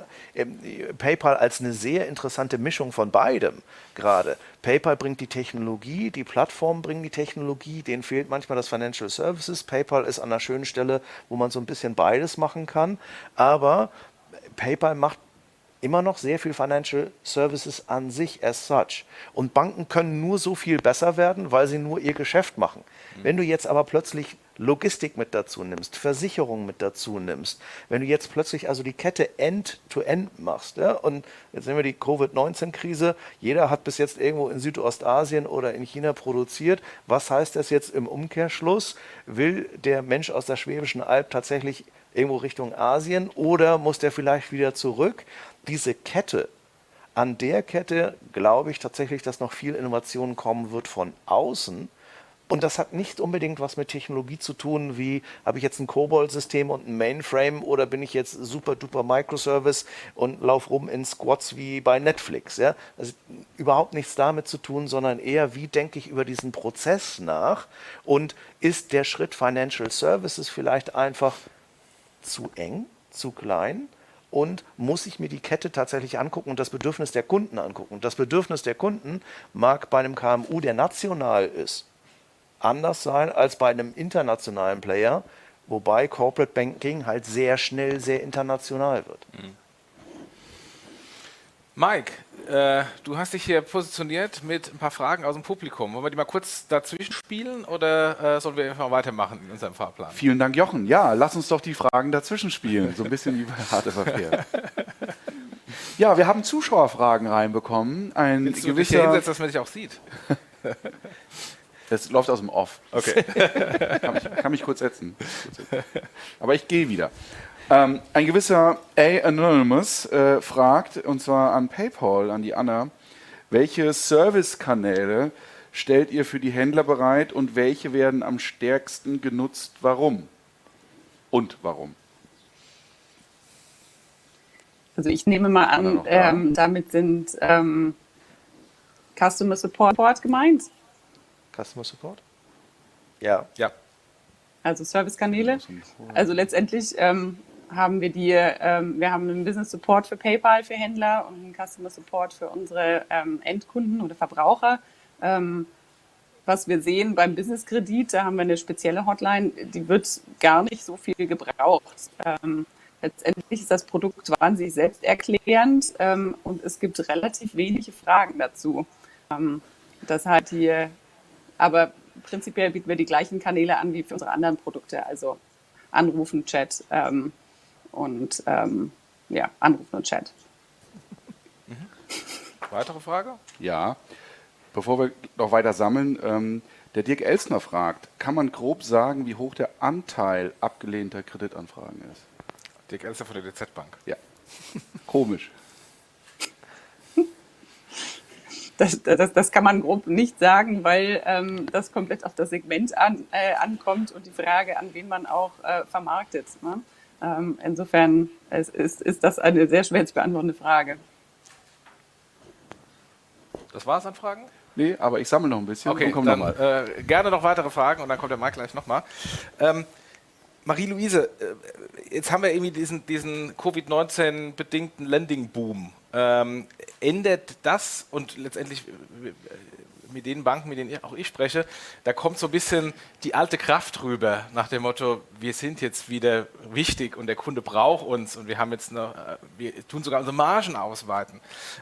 PayPal als eine sehr interessante Mischung von beidem gerade. PayPal bringt die Technologie, die Plattformen bringen die Technologie, denen fehlt manchmal das Financial Services. PayPal ist an einer schönen Stelle, wo man so ein bisschen beides machen kann, aber PayPal macht immer noch sehr viel Financial Services an sich as such. Und Banken können nur so viel besser werden, weil sie nur ihr Geschäft machen. Wenn du jetzt aber plötzlich Logistik mit dazu nimmst, Versicherung mit dazu nimmst, wenn du jetzt plötzlich also die Kette End-to-End machst, ja, und jetzt sehen wir die Covid-19-Krise, jeder hat bis jetzt irgendwo in Südostasien oder in China produziert. Was heißt das jetzt im Umkehrschluss? Will der Mensch aus der Schwäbischen Alb tatsächlich irgendwo Richtung Asien oder muss der vielleicht wieder zurück? Diese Kette, an der Kette glaube ich tatsächlich, dass noch viel Innovation kommen wird von außen. Und das hat nicht unbedingt was mit Technologie zu tun, wie habe ich jetzt ein COBOL-System und ein Mainframe oder bin ich jetzt super duper Microservice und laufe rum in Squads wie bei Netflix. Ja? Also überhaupt nichts damit zu tun, sondern eher, wie denke ich über diesen Prozess nach und ist der Schritt Financial Services vielleicht einfach zu eng, zu klein? Und muss ich mir die Kette tatsächlich angucken und das Bedürfnis der Kunden angucken. Und das Bedürfnis der Kunden mag bei einem KMU, der national ist, anders sein als bei einem internationalen Player, wobei Corporate Banking halt sehr schnell sehr international wird. Mike, du hast dich hier positioniert mit ein paar Fragen aus dem Publikum. Wollen wir die mal kurz dazwischen spielen oder sollen wir einfach weitermachen in unserem Fahrplan? Vielen Dank, Jochen. Ja, lass uns doch die Fragen dazwischen spielen. So ein bisschen wie bei Harte Verkehr. Ja, wir haben Zuschauerfragen reinbekommen. Willst du dich hier hinsetzen, dass man dich auch sieht? Das läuft aus dem Off. Okay. Kann mich kurz setzen. Aber ich gehe wieder. Ein gewisser A-Anonymous fragt, und zwar an PayPal, an die Anna, welche Servicekanäle stellt ihr für die Händler bereit und welche werden am stärksten genutzt? Warum? Und warum? Also ich nehme mal an, damit sind Customer Support gemeint. Customer Support? Ja. Ja. Also Servicekanäle. Also letztendlich haben wir wir haben einen Business Support für PayPal für Händler und einen Customer Support für unsere Endkunden oder Verbraucher. Was wir sehen beim Business Kredit, da haben wir eine spezielle Hotline, die wird gar nicht so viel gebraucht. Letztendlich ist das Produkt wahnsinnig selbsterklärend und es gibt relativ wenige Fragen dazu. Das hat hier, aber prinzipiell bieten wir die gleichen Kanäle an wie für unsere anderen Produkte, also Anrufen, Chat und Anrufen und Chat. Weitere Frage? Ja, bevor wir noch weiter sammeln, der Dirk Elsner fragt, kann man grob sagen, wie hoch der Anteil abgelehnter Kreditanfragen ist? Dirk Elsner von der DZ Bank. Ja, komisch. Das kann man grob nicht sagen, weil das komplett auf das Segment ankommt und die Frage, an wen man auch vermarktet. Ne? Insofern ist das eine sehr schwer zu beantwortende Frage. Das war's an Fragen? Nee, aber ich sammle noch ein bisschen Okay, und komme dann nochmal. Gerne noch weitere Fragen und dann kommt der Mike gleich nochmal. Marie-Louise, jetzt haben wir irgendwie diesen Covid-19-bedingten Lending-Boom. Ändert das und letztendlich mit den Banken, mit denen auch ich spreche, da kommt so ein bisschen die alte Kraft rüber nach dem Motto, wir sind jetzt wieder wichtig und der Kunde braucht uns und wir haben jetzt wir tun sogar unsere Margen ausweiten.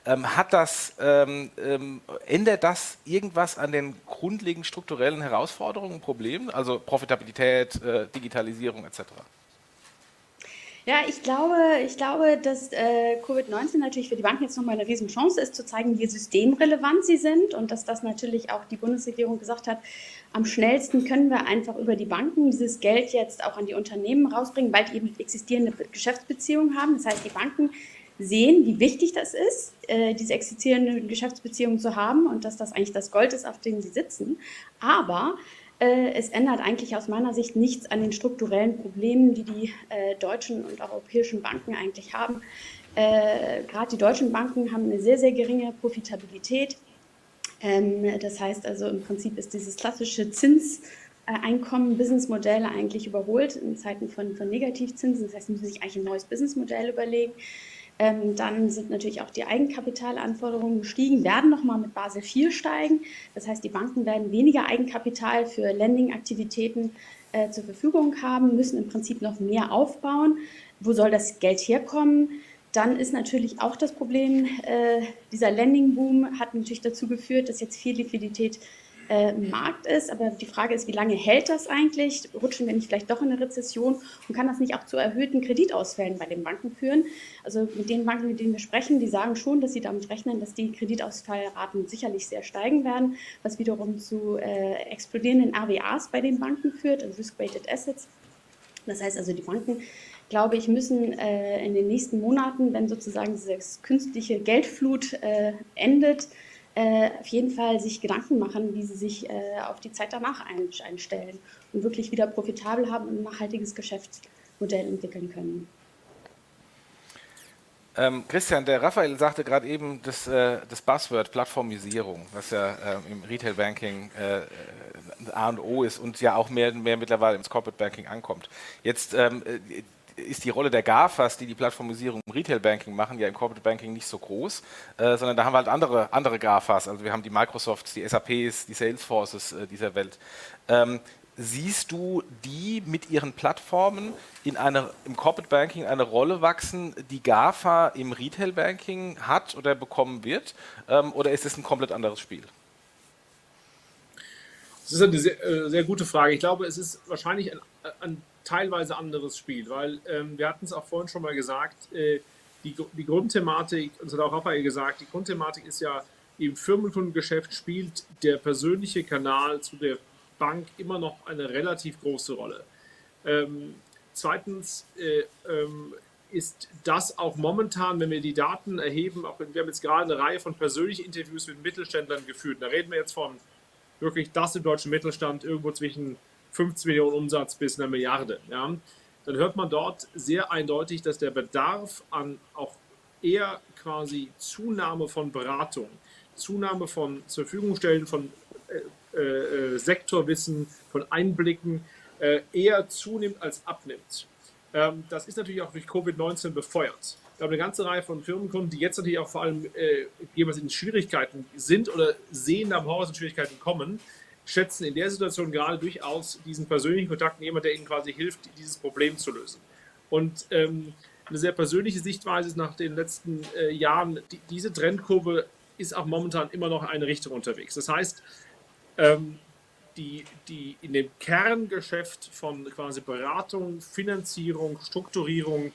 Ändert das irgendwas an den grundlegenden strukturellen Herausforderungen und Problemen, also Profitabilität, Digitalisierung etc.? Ja, ich glaube, dass Covid-19 natürlich für die Banken jetzt nochmal eine Riesenchance ist, zu zeigen, wie systemrelevant sie sind und dass das natürlich auch die Bundesregierung gesagt hat, am schnellsten können wir einfach über die Banken dieses Geld jetzt auch an die Unternehmen rausbringen, weil die eben existierende Geschäftsbeziehungen haben. Das heißt, die Banken sehen, wie wichtig das ist, diese existierenden Geschäftsbeziehungen zu haben und dass das eigentlich das Gold ist, auf dem sie sitzen. Aber es ändert eigentlich aus meiner Sicht nichts an den strukturellen Problemen, die die deutschen und europäischen Banken eigentlich haben. Gerade die deutschen Banken haben eine sehr, sehr geringe Profitabilität. Das heißt also, im Prinzip ist dieses klassische Zinseinkommen-Businessmodell eigentlich überholt in Zeiten von Negativzinsen. Das heißt, sie müssen sich eigentlich ein neues Businessmodell überlegen. Dann sind natürlich auch die Eigenkapitalanforderungen gestiegen, werden nochmal mit Basel IV steigen. Das heißt, die Banken werden weniger Eigenkapital für Lending-Aktivitäten zur Verfügung haben, müssen im Prinzip noch mehr aufbauen. Wo soll das Geld herkommen? Dann ist natürlich auch das Problem, dieser Lending-Boom hat natürlich dazu geführt, dass jetzt viel Liquidität im Markt ist. Aber die Frage ist, wie lange hält das eigentlich? Rutschen wir nicht vielleicht doch in eine Rezession? Und kann das nicht auch zu erhöhten Kreditausfällen bei den Banken führen? Also mit den Banken, mit denen wir sprechen, die sagen schon, dass sie damit rechnen, dass die Kreditausfallraten sicherlich sehr steigen werden, was wiederum zu explodierenden RWAs bei den Banken führt, also Risk-Weighted Assets. Das heißt also, die Banken, glaube ich, müssen in den nächsten Monaten, wenn sozusagen diese künstliche Geldflut endet, auf jeden Fall sich Gedanken machen, wie sie sich auf die Zeit danach einstellen und wirklich wieder profitabel haben und ein nachhaltiges Geschäftsmodell entwickeln können. Christian, der Raphael sagte gerade eben das Buzzword Plattformisierung, was ja im Retail Banking A und O ist und ja auch mehr mittlerweile ins Corporate Banking ankommt. Jetzt ist die Rolle der GAFAs, die Plattformisierung im Retail Banking machen, ja im Corporate Banking nicht so groß, sondern da haben wir halt andere GAFAs. Also wir haben die Microsofts, die SAPs, die Salesforces dieser Welt. siehst du die mit ihren Plattformen im Corporate Banking eine Rolle wachsen, die GAFA im Retail Banking hat oder bekommen wird? Oder ist es ein komplett anderes Spiel? Das ist eine sehr, sehr gute Frage. Ich glaube, es ist wahrscheinlich ein teilweise anderes Spiel, weil wir hatten es auch vorhin schon mal gesagt, die Grundthematik, uns hat auch Raphael gesagt, die Grundthematik ist ja, im Firmenkundengeschäft spielt der persönliche Kanal zu der Bank immer noch eine relativ große Rolle. Zweitens ist das auch momentan, wenn wir die Daten erheben, wir haben jetzt gerade eine Reihe von persönlichen Interviews mit Mittelständlern geführt. Da reden wir jetzt von wirklich das im deutschen Mittelstand irgendwo zwischen 15 Millionen Umsatz bis einer Milliarde. Ja. Dann hört man dort sehr eindeutig, dass der Bedarf an auch eher quasi Zunahme von Beratung, Zunahme von zur Verfügung stellen von Sektorwissen, von Einblicken eher zunimmt als abnimmt. Das ist natürlich auch durch Covid-19 befeuert. Wir haben eine ganze Reihe von Firmenkunden, die jetzt natürlich auch vor allem jeweils in Schwierigkeiten sind oder sehen am Horizont Schwierigkeiten kommen, schätzen in der Situation gerade durchaus diesen persönlichen Kontakt, jemand, der ihnen quasi hilft, dieses Problem zu lösen. Und eine sehr persönliche Sichtweise ist nach den letzten Jahren, diese Trendkurve ist auch momentan immer noch in eine Richtung unterwegs. Das heißt, die in dem Kerngeschäft von quasi Beratung, Finanzierung, Strukturierung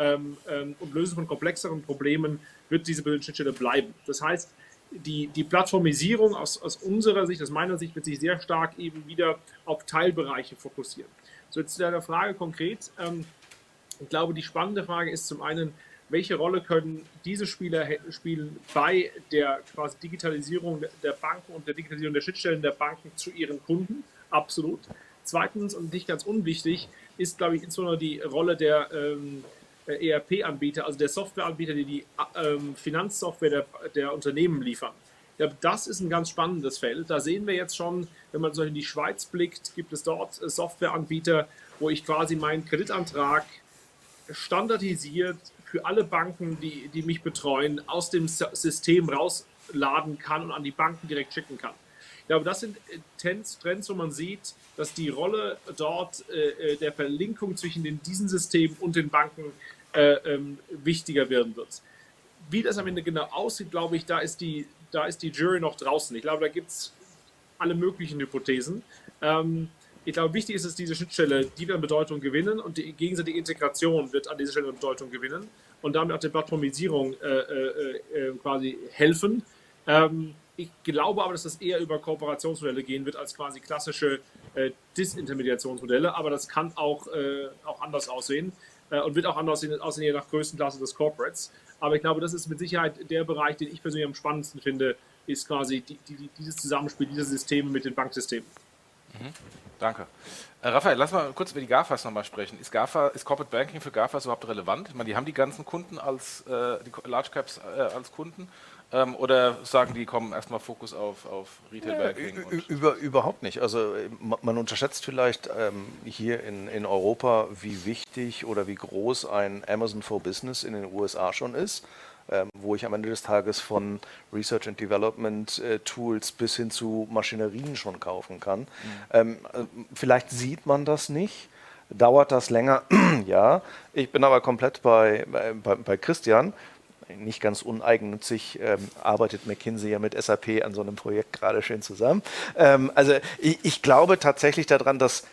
und Lösung von komplexeren Problemen wird diese Schnittstelle bleiben. Das heißt, die Plattformisierung aus unserer Sicht, aus meiner Sicht, wird sich sehr stark eben wieder auf Teilbereiche fokussieren. So, jetzt zu deiner Frage konkret. Ich glaube, die spannende Frage ist zum einen, welche Rolle können diese Spieler spielen bei der quasi Digitalisierung der Banken und der Digitalisierung der Schnittstellen der Banken zu ihren Kunden? Absolut. Zweitens und nicht ganz unwichtig ist, glaube ich, insbesondere die Rolle der ERP-Anbieter, also der Softwareanbieter, die Finanzsoftware der Unternehmen liefern. Ja, das ist ein ganz spannendes Feld. Da sehen wir jetzt schon, wenn man so in die Schweiz blickt, gibt es dort Softwareanbieter, wo ich quasi meinen Kreditantrag standardisiert für alle Banken, die mich betreuen, aus dem System rausladen kann und an die Banken direkt schicken kann. Ich glaube, das sind Trends, wo man sieht, dass die Rolle dort der Verlinkung zwischen diesen Systemen und den Banken wichtiger werden wird. Wie das am Ende genau aussieht, glaube ich, da ist die Jury noch draußen. Ich glaube, da gibt es alle möglichen Hypothesen. Ich glaube, wichtig ist, dass diese Schnittstelle, die wird an Bedeutung gewinnen und die gegenseitige Integration wird an dieser Stelle an Bedeutung gewinnen und damit auch der Plattformisierung quasi helfen. Ich glaube aber, dass das eher über Kooperationsmodelle gehen wird als quasi klassische Disintermediationsmodelle, aber das kann auch anders aussehen und wird auch anders aussehen, je nach Größenklasse des Corporates. Aber ich glaube, das ist mit Sicherheit der Bereich, den ich persönlich am spannendsten finde, ist quasi dieses Zusammenspiel dieser Systeme mit den Banksystemen. Danke. Raphael, lass mal kurz über die GAFAs nochmal sprechen. Ist Corporate Banking für GAFAs überhaupt relevant? Ich meine, die haben die ganzen Kunden die Large Caps als Kunden oder sagen die, kommen erstmal Fokus auf Retail Banking? Überhaupt nicht. Also man unterschätzt vielleicht hier in Europa, wie wichtig oder wie groß ein Amazon for Business in den USA schon ist. Wo ich am Ende des Tages von Research and Development Tools bis hin zu Maschinerien schon kaufen kann. Vielleicht sieht man das nicht, dauert das länger, ja. Ich bin aber komplett bei Christian. Nicht ganz uneigennützig arbeitet McKinsey ja mit SAP an so einem Projekt gerade schön zusammen. Also ich glaube tatsächlich daran, dass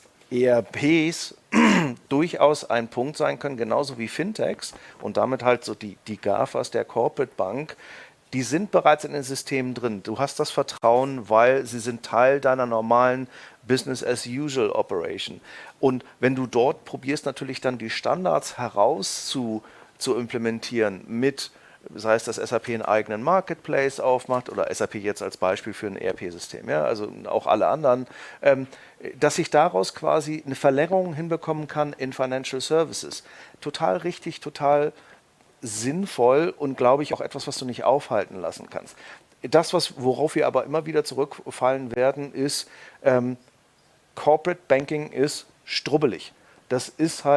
ERPs durchaus ein Punkt sein können, genauso wie Fintechs und damit halt so die GAFAs der Corporate Bank, die sind bereits in den Systemen drin. Du hast das Vertrauen, weil sie sind Teil deiner normalen Business-as-usual Operation. Und wenn du dort probierst, natürlich dann die Standards zu implementieren mit, das heißt, dass SAP einen eigenen Marketplace aufmacht oder SAP jetzt als Beispiel für ein ERP-System, ja, also auch alle anderen, dass ich daraus quasi eine Verlängerung hinbekommen kann in Financial Services. Total richtig, total sinnvoll und glaube ich auch etwas, was du nicht aufhalten lassen kannst. Das, worauf wir aber immer wieder zurückfallen werden, ist, Corporate Banking ist strubbelig. Das ist halt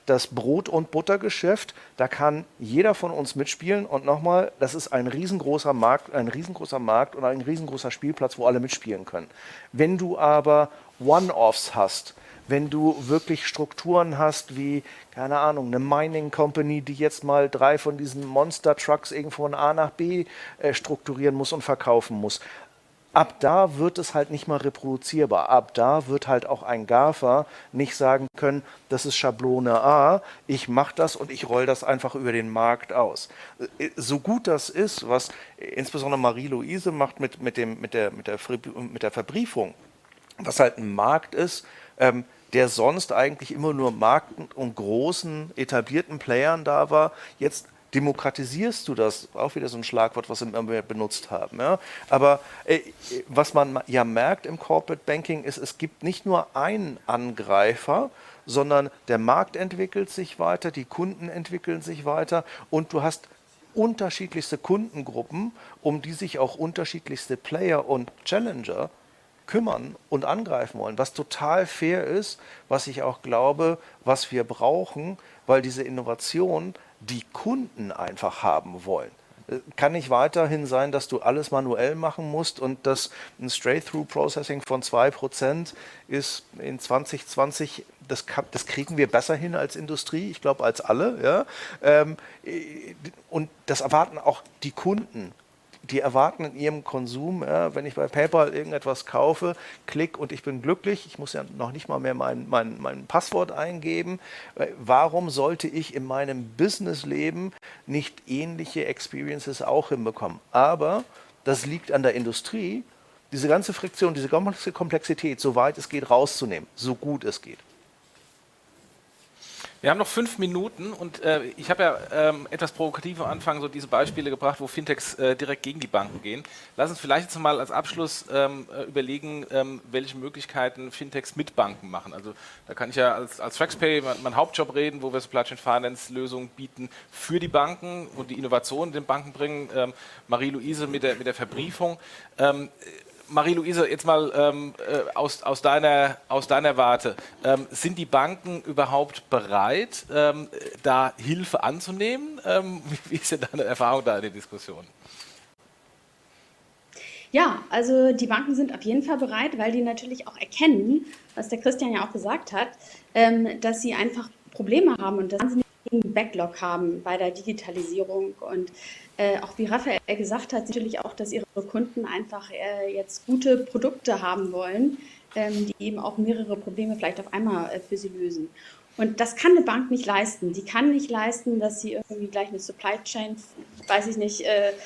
das Brot- und Buttergeschäft, da kann jeder von uns mitspielen. Und nochmal, das ist ein riesengroßer Markt und ein riesengroßer Spielplatz, wo alle mitspielen können. Wenn du aber One-Offs hast, wenn du wirklich Strukturen hast wie, keine Ahnung, eine Mining Company, die jetzt mal 3 von diesen Monster Trucks irgendwo von A nach B strukturieren muss und verkaufen muss, ab da wird es halt nicht mal reproduzierbar. Ab da wird halt auch ein GAFA nicht sagen können, das ist Schablone A, ich mache das und ich roll das einfach über den Markt aus. So gut das ist, was insbesondere Marie-Louise macht mit der Verbriefung, was halt ein Markt ist, der sonst eigentlich immer nur Marken und großen, etablierten Playern da war. Jetzt demokratisierst du das, auch wieder so ein Schlagwort, was wir immer benutzt haben. Ja? Aber was man ja merkt im Corporate Banking ist, es gibt nicht nur einen Angreifer, sondern der Markt entwickelt sich weiter, die Kunden entwickeln sich weiter und du hast unterschiedlichste Kundengruppen, um die sich auch unterschiedlichste Player und Challenger kümmern und angreifen wollen, was total fair ist, was ich auch glaube, was wir brauchen, weil diese Innovation die Kunden einfach haben wollen. Kann nicht weiterhin sein, dass du alles manuell machen musst und dass ein Straight-Through-Processing von 2% ist in 2020, das kriegen wir besser hin als Industrie, ich glaube als alle. Ja? Und das erwarten auch die Kunden. Die erwarten in ihrem Konsum, wenn ich bei PayPal irgendetwas kaufe, klick und ich bin glücklich, ich muss ja noch nicht mal mehr mein Passwort eingeben. Warum sollte ich in meinem Businessleben nicht ähnliche Experiences auch hinbekommen? Aber das liegt an der Industrie, diese ganze Friktion, diese ganze Komplexität, so weit es geht, rauszunehmen, so gut es geht. Wir haben noch 5 Minuten und ich habe ja etwas provokativ am Anfang so diese Beispiele gebracht, wo Fintechs direkt gegen die Banken gehen. Lass uns vielleicht jetzt mal als Abschluss überlegen, welche Möglichkeiten Fintechs mit Banken machen. Also da kann ich ja als TraxPay meinen Hauptjob reden, wo wir Supply Chain Finance Lösungen bieten für die Banken und die Innovationen den Banken bringen. Marie-Louise mit der Verbriefung. Marie-Louise, jetzt mal aus deiner Warte, sind die Banken überhaupt bereit, da Hilfe anzunehmen? Wie ist denn deine Erfahrung da in der Diskussion? Ja, also die Banken sind auf jeden Fall bereit, weil die natürlich auch erkennen, was der Christian ja auch gesagt hat, dass sie einfach Probleme haben und dass sie einen Backlog haben bei der Digitalisierung und auch wie Raphael gesagt hat, natürlich auch, dass ihre Kunden einfach jetzt gute Produkte haben wollen, die eben auch mehrere Probleme vielleicht auf einmal für sie lösen. Und das kann eine Bank nicht leisten. Die kann nicht leisten, dass sie irgendwie gleich eine Supply Chain, weiß ich nicht,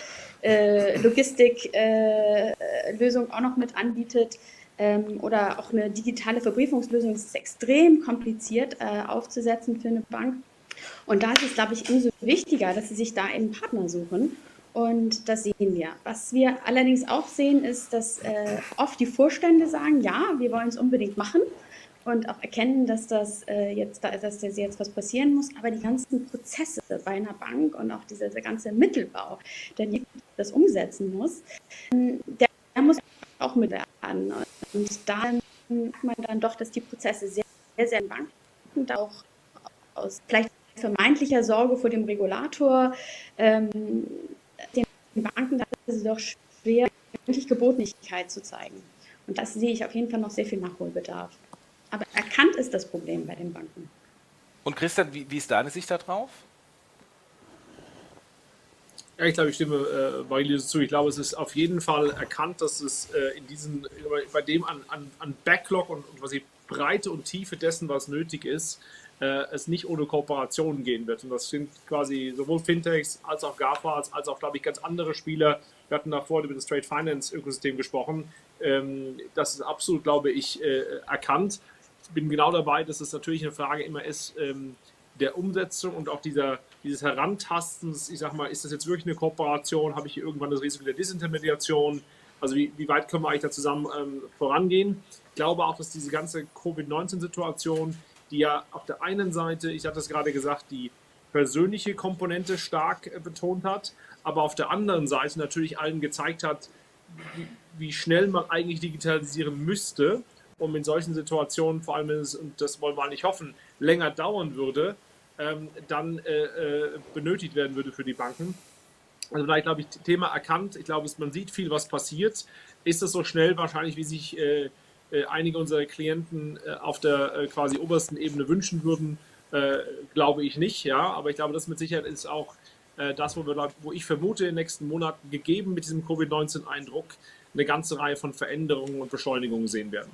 Logistik-Lösung auch noch mit anbietet oder auch eine digitale Verbriefungslösung. Das ist extrem kompliziert aufzusetzen für eine Bank. Und da ist es, glaube ich, umso wichtiger, dass sie sich da einen Partner suchen. Und das sehen wir. Was wir allerdings auch sehen, ist, dass oft die Vorstände sagen, ja, wir wollen es unbedingt machen und auch erkennen, dass jetzt was passieren muss. Aber die ganzen Prozesse bei einer Bank und auch dieser ganze Mittelbau, der das umsetzen muss, der muss auch mit werden. Und da merkt man dann doch, dass die Prozesse sehr, sehr, sehr Banken und auch aus vielleicht vermeintlicher Sorge vor dem Regulator, den Banken, da ist es doch schwer, wirklich Gebotenigkeit zu zeigen. Und das sehe ich auf jeden Fall noch sehr viel Nachholbedarf. Aber erkannt ist das Problem bei den Banken. Und Christian, wie ist deine Sicht da drauf? Ja, ich glaube, ich stimme Marie-Louise zu. Ich glaube, es ist auf jeden Fall erkannt, dass es bei dem an Backlog und was die Breite und Tiefe dessen, was nötig ist, es nicht ohne Kooperationen gehen wird. Und das sind quasi sowohl Fintechs als auch GAFAs, als auch, glaube ich, ganz andere Spieler. Wir hatten davor über das Trade Finance Ökosystem gesprochen. Das ist absolut, glaube ich, erkannt. Ich bin genau dabei, dass es natürlich eine Frage immer ist, der Umsetzung und auch dieses Herantastens. Ich sag mal, ist das jetzt wirklich eine Kooperation? Habe ich hier irgendwann das Risiko der Disintermediation? Also wie weit können wir eigentlich da zusammen vorangehen? Ich glaube auch, dass diese ganze Covid-19-Situation, die ja auf der einen Seite, ich hatte es gerade gesagt, die persönliche Komponente stark betont hat, aber auf der anderen Seite natürlich allen gezeigt hat, wie schnell man eigentlich digitalisieren müsste, um in solchen Situationen, vor allem wenn es, und das wollen wir nicht hoffen, länger dauern würde, dann benötigt werden würde für die Banken. Also da glaube ich, Thema erkannt. Ich glaube, man sieht viel, was passiert. Ist es so schnell wahrscheinlich, wie sich einige unserer Klienten auf der quasi obersten Ebene wünschen würden? Glaube ich nicht, ja. Aber ich glaube, das mit Sicherheit ist auch das, wo ich vermute, in den nächsten Monaten, gegeben mit diesem Covid-19-Eindruck, eine ganze Reihe von Veränderungen und Beschleunigungen sehen werden.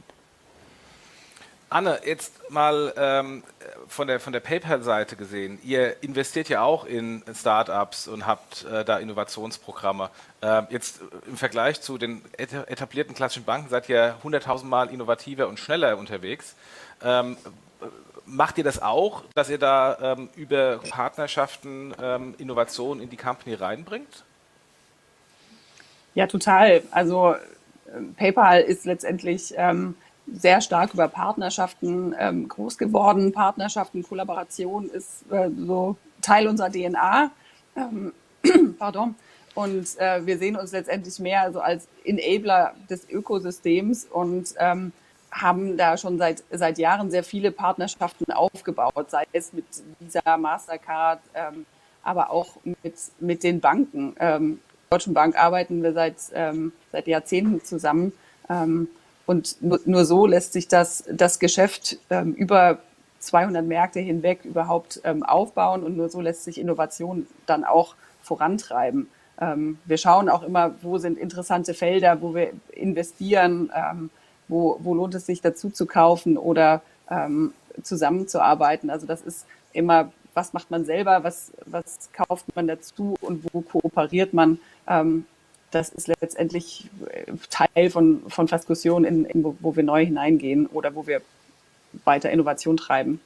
Anne, jetzt mal von der PayPal-Seite gesehen. Ihr investiert ja auch in Startups und habt da Innovationsprogramme. Jetzt im Vergleich zu den etablierten klassischen Banken seid ihr 100.000 Mal innovativer und schneller unterwegs. Macht ihr das auch, dass ihr da über Partnerschaften Innovationen in die Company reinbringt? Ja, total. Also PayPal ist letztendlich sehr stark über Partnerschaften groß geworden. Partnerschaften, Kollaboration ist so Teil unserer DNA. Pardon. Und wir sehen uns letztendlich mehr so als Enabler des Ökosystems und haben da schon seit Jahren sehr viele Partnerschaften aufgebaut, sei es mit Visa, Mastercard, aber auch mit den Banken. Deutschen Bank arbeiten wir seit Jahrzehnten zusammen. Und nur so lässt sich das Geschäft über 200 Märkte hinweg überhaupt aufbauen und nur so lässt sich Innovation dann auch vorantreiben. Wir schauen auch immer, wo sind interessante Felder, wo wir investieren, wo lohnt es sich dazu zu kaufen oder zusammenzuarbeiten. Also das ist immer, was macht man selber, was kauft man dazu und wo kooperiert man. Das ist letztendlich Teil von Diskussionen, wo wir neu hineingehen oder wo wir weiter Innovation treiben.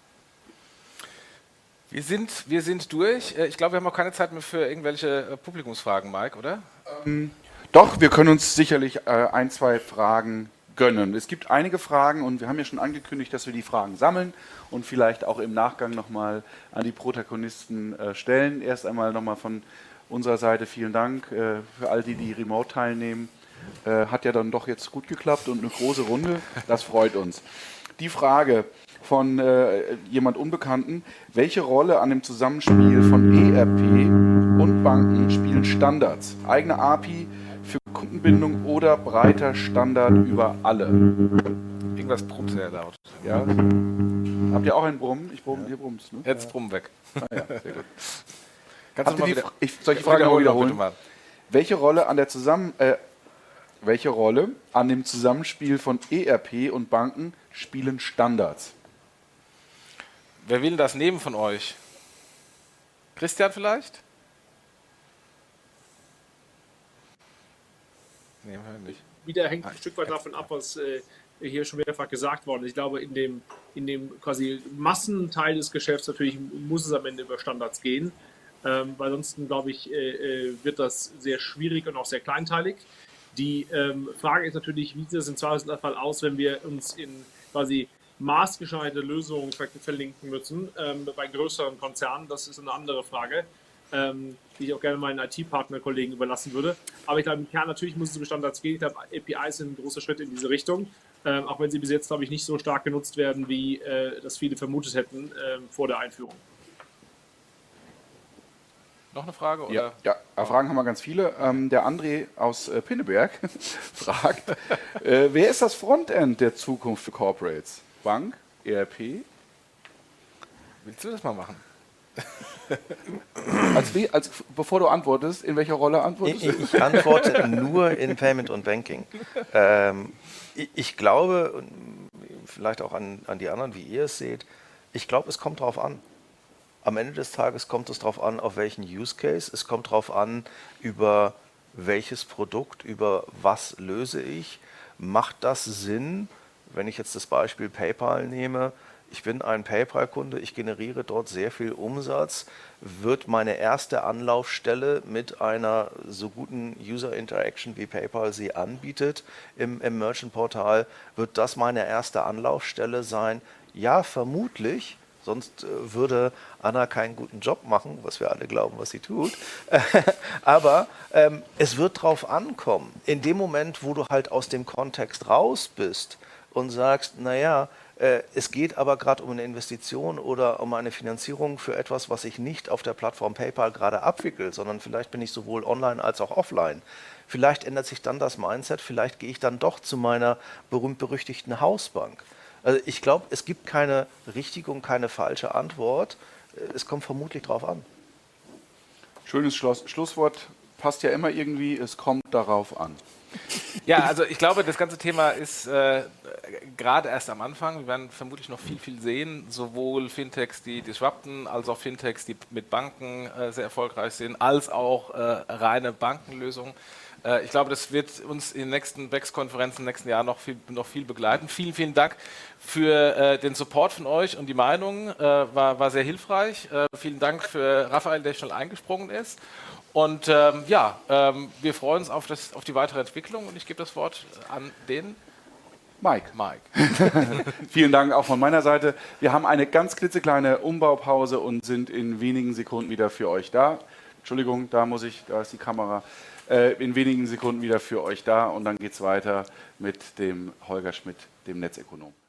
Wir sind durch. Ich glaube, wir haben auch keine Zeit mehr für irgendwelche Publikumsfragen, Mike, oder? Doch, wir können uns sicherlich ein, zwei Fragen gönnen. Es gibt einige Fragen und wir haben ja schon angekündigt, dass wir die Fragen sammeln und vielleicht auch im Nachgang nochmal an die Protagonisten stellen. Erst einmal nochmal von unserer Seite vielen Dank für all die remote teilnehmen. Hat ja dann doch jetzt gut geklappt und eine große Runde. Das freut uns. Die Frage von jemand Unbekannten: Welche Rolle an dem Zusammenspiel von ERP und Banken spielen Standards? Eigene API für Kundenbindung oder breiter Standard über alle? Irgendwas brummt sehr laut. Ja. Habt ihr auch einen Brummen? Ihr brummt, ne? Jetzt Brummen weg. Ah, ja, sehr gut. Kannst du mal wieder, soll ich die Frage noch wiederholen? Mal. Welche Rolle an dem Zusammenspiel von ERP und Banken spielen Standards? Wer will das nehmen von euch? Christian vielleicht? Nee, nicht. Wieder hängt ein Stück weit davon ab, was hier schon mehrfach gesagt worden ist. Ich glaube, in dem quasi Massenteil des Geschäfts natürlich muss es am Ende über Standards gehen. Weil ansonsten, glaube ich, wird das sehr schwierig und auch sehr kleinteilig. Die Frage ist natürlich, wie sieht es im Zweifelsfall aus, wenn wir uns in quasi maßgeschneiderte Lösungen verlinken müssen bei größeren Konzernen. Das ist eine andere Frage, die ich auch gerne meinen IT-Partner-Kollegen überlassen würde. Aber ich glaube, im Kern natürlich muss es über Standards gehen. Ich glaube, APIs sind ein großer Schritt in diese Richtung, auch wenn sie bis jetzt, glaube ich, nicht so stark genutzt werden, wie das viele vermutet hätten vor der Einführung. Noch eine Frage? Oder? Ja, Fragen haben wir ganz viele. Der André aus Pinneberg fragt, wer ist das Frontend der Zukunft für Corporates? Bank, ERP? Willst du das mal machen? Bevor du antwortest, in welcher Rolle antwortest du? Ich antworte nur in Payment und Banking. Ich glaube, vielleicht auch an die anderen, wie ihr es seht, ich glaube, es kommt drauf an. Am Ende des Tages kommt es darauf an, auf welchen Use Case. Es kommt darauf an, über welches Produkt, über was löse ich. Macht das Sinn, wenn ich jetzt das Beispiel PayPal nehme? Ich bin ein PayPal-Kunde, ich generiere dort sehr viel Umsatz. Wird meine erste Anlaufstelle mit einer so guten User Interaction, wie PayPal sie anbietet im Merchant-Portal, wird das meine erste Anlaufstelle sein? Ja, vermutlich. Sonst würde Anna keinen guten Job machen, was wir alle glauben, was sie tut. Aber es wird drauf ankommen. In dem Moment, wo du halt aus dem Kontext raus bist und sagst, naja, Es geht aber gerade um eine Investition oder um eine Finanzierung für etwas, was ich nicht auf der Plattform PayPal gerade abwickle, sondern vielleicht bin ich sowohl online als auch offline. Vielleicht ändert sich dann das Mindset, vielleicht gehe ich dann doch zu meiner berühmt-berüchtigten Hausbank. Also ich glaube, es gibt keine richtige und keine falsche Antwort. Es kommt vermutlich drauf an. Schönes Schlusswort, passt ja immer irgendwie, es kommt darauf an. Ja, also ich glaube, das ganze Thema ist gerade erst am Anfang. Wir werden vermutlich noch viel sehen, sowohl Fintechs, die disrupten, als auch Fintechs, die mit Banken sehr erfolgreich sind, als auch reine Bankenlösungen. Ich glaube, das wird uns in den nächsten BEX-Konferenzen im nächsten Jahr noch viel begleiten. Vielen Dank für den Support von euch und die Meinung. War sehr hilfreich. Vielen Dank für Raphael, der schnell eingesprungen ist. Und wir freuen uns auf die weitere Entwicklung und ich gebe das Wort an den Mike. Vielen Dank auch von meiner Seite. Wir haben eine ganz klitzekleine Umbaupause und sind in wenigen Sekunden wieder für euch da. Entschuldigung, da ist die Kamera. In wenigen Sekunden wieder für euch da und dann geht es weiter mit dem Holger Schmidt, dem Netzökonom.